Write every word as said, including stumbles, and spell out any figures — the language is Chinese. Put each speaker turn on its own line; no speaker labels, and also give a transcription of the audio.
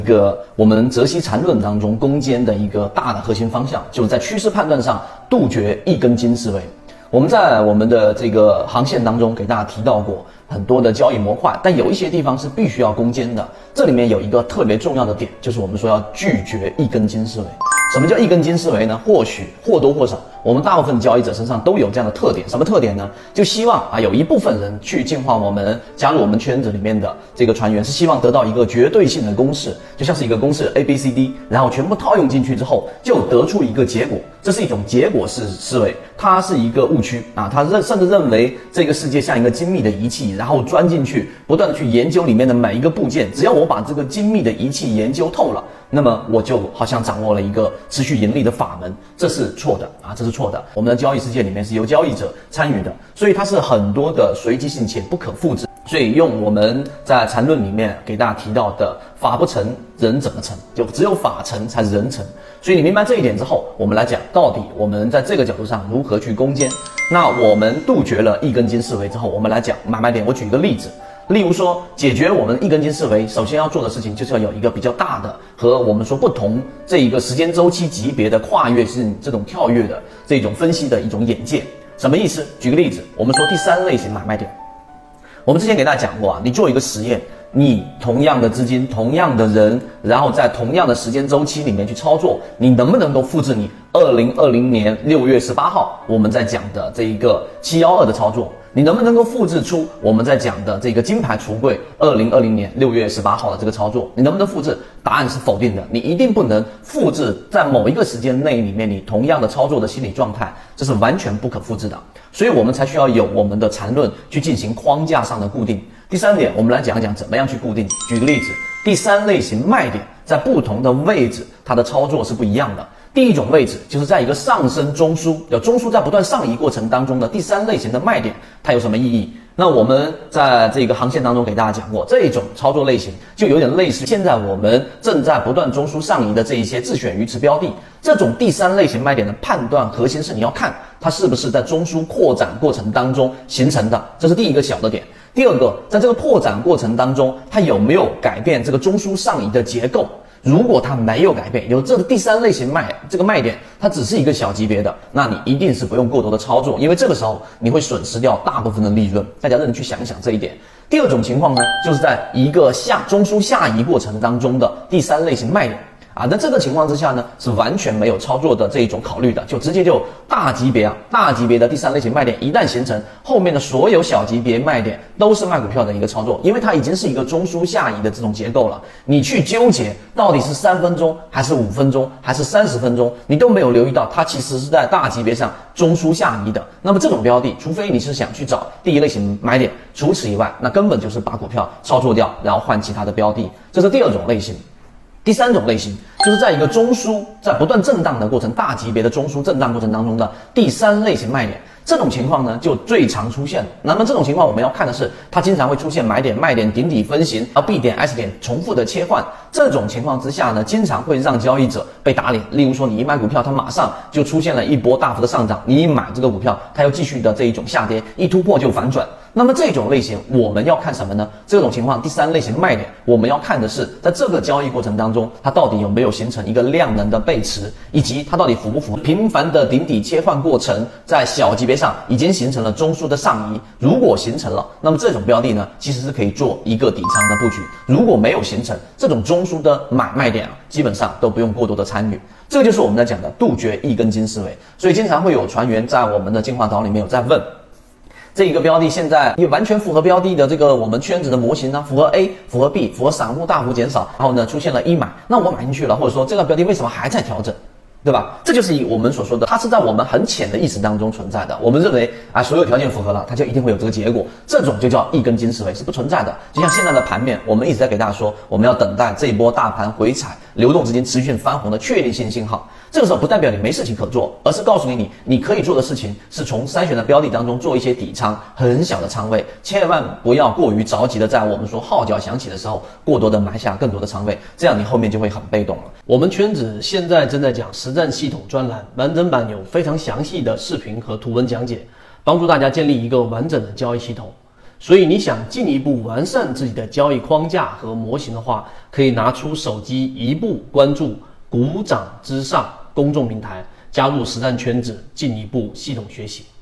一个我们泽西缠论当中攻坚的一个大的核心方向，就是在趋势判断上杜绝一根筋思维。我们在我们的这个航线当中给大家提到过很多的交易模块，但有一些地方是必须要攻坚的。这里面有一个特别重要的点，就是我们说要拒绝一根筋思维。什么叫一根筋思维呢？或许或多或少，我们大部分交易者身上都有这样的特点。什么特点呢？就希望啊，有一部分人去进化我们，加入我们圈子里面的这个船员，是希望得到一个绝对性的公式，就像是一个公式 A B C D， 然后全部套用进去之后，就得出一个结果。这是一种结果式思维，它是一个误区啊！他认甚至认为这个世界像一个精密的仪器，然后钻进去，不断的去研究里面的每一个部件。只要我把这个精密的仪器研究透了，那么我就好像掌握了一个持续盈利的法门。这是错的啊！这是错的。我们的交易世界里面是由交易者参与的，所以它是很多的随机性且不可复制。所以用我们在缠论里面给大家提到的法不成，人怎么成？就只有法成才是人成。所以你明白这一点之后，我们来讲到底我们在这个角度上如何去攻坚。那我们杜绝了一根筋思维之后，我们来讲买卖点。我举一个例子，例如说解决我们一根筋思维，首先要做的事情就是要有一个比较大的和我们说不同这一个时间周期级别的跨越性这种跳跃的这种分析的一种眼界。什么意思？举个例子，我们说第三类型买卖点。我们之前给大家讲过啊，你做一个实验，你同样的资金，同样的人，然后在同样的时间周期里面去操作，你能不能够复制你二零二零年六月十八号我们在讲的这一个七一二的操作？你能不能够复制出我们在讲的这个金牌橱柜二零二零年六月十八号的这个操作？你能不能复制？答案是否定的。你一定不能复制在某一个时间内里面你同样的操作的心理状态，这是完全不可复制的。所以我们才需要有我们的缠论去进行框架上的固定。第三点，我们来讲一讲怎么样去固定。举个例子，第三类型卖点在不同的位置，它的操作是不一样的。第一种位置就是在一个上升中枢，有中枢在不断上移过程当中的第三类型的卖点，它有什么意义？那我们在这个航线当中给大家讲过，这种操作类型就有点类似现在我们正在不断中枢上移的这一些自选鱼池标的。这种第三类型卖点的判断核心是你要看它是不是在中枢扩展过程当中形成的，这是第一个小的点。第二个，在这个扩展过程当中，它有没有改变这个中枢上移的结构？如果它没有改变，有这个第三类型卖这个卖点，它只是一个小级别的，那你一定是不用过多的操作，因为这个时候你会损失掉大部分的利润。大家认真去想一想这一点。第二种情况呢，就是在一个下中枢下移过程当中的第三类型卖点。啊，那这个情况之下呢，是完全没有操作的这一种考虑的，就直接就大级别啊，大级别的第三类型卖点一旦形成，后面的所有小级别卖点都是卖股票的一个操作，因为它已经是一个中枢下移的这种结构了。你去纠结到底是三分钟还是五分钟还是三十分钟，你都没有留意到它其实是在大级别上中枢下移的。那么这种标的，除非你是想去找第一类型买点，除此以外，那根本就是把股票操作掉，然后换其他的标的，这是第二种类型。第三种类型就是在一个中枢在不断震荡的过程，大级别的中枢震荡过程当中的第三类型卖点，这种情况呢就最常出现。那么这种情况我们要看的是，它经常会出现买点、卖点、顶底分型，然后 B 点、S 点重复的切换。这种情况之下呢，经常会让交易者被打脸。例如说，你一买股票，它马上就出现了一波大幅的上涨；你一买这个股票，它又继续的这一种下跌，一突破就反转。那么这种类型我们要看什么呢？这种情况第三类型卖点，我们要看的是在这个交易过程当中，它到底有没有形成一个量能的背驰，以及它到底符不符合频繁的顶底切换过程，在小级别上已经形成了中枢的上移。如果形成了，那么这种标的呢，其实是可以做一个底仓的布局。如果没有形成这种中枢的买卖点啊，基本上都不用过多的参与。这个就是我们在讲的杜绝一根筋思维。所以经常会有船员在我们的进化岛里面有在问，这一个标的现在也完全符合标的的这个我们圈子的模型呢，符合 A， 符合 B， 符合散户大幅减少，然后呢出现了一买，那我买进去了，或者说这个标的为什么还在调整？对吧？这就是以我们所说的，它是在我们很浅的意识当中存在的。我们认为啊，所有条件符合了，它就一定会有这个结果。这种就叫一根筋思维，是不存在的。就像现在的盘面，我们一直在给大家说，我们要等待这一波大盘回踩，流动资金持续翻红的确定性信号。这个时候不代表你没事情可做，而是告诉你，你可以做的事情是从筛选的标的当中做一些底仓，很小的仓位，千万不要过于着急的在我们说号角响起的时候，过多的埋下更多的仓位，这样你后面就会很被动了。我们圈子现在正在讲实战系统专栏，完整版有非常详细的视频和图文讲解，帮助大家建立一个完整的交易系统。
所以你想进一步完善自己的交易框架和模型的话，可以拿出手机一步关注股掌之上公众平台，加入实战圈子，进一步系统学习。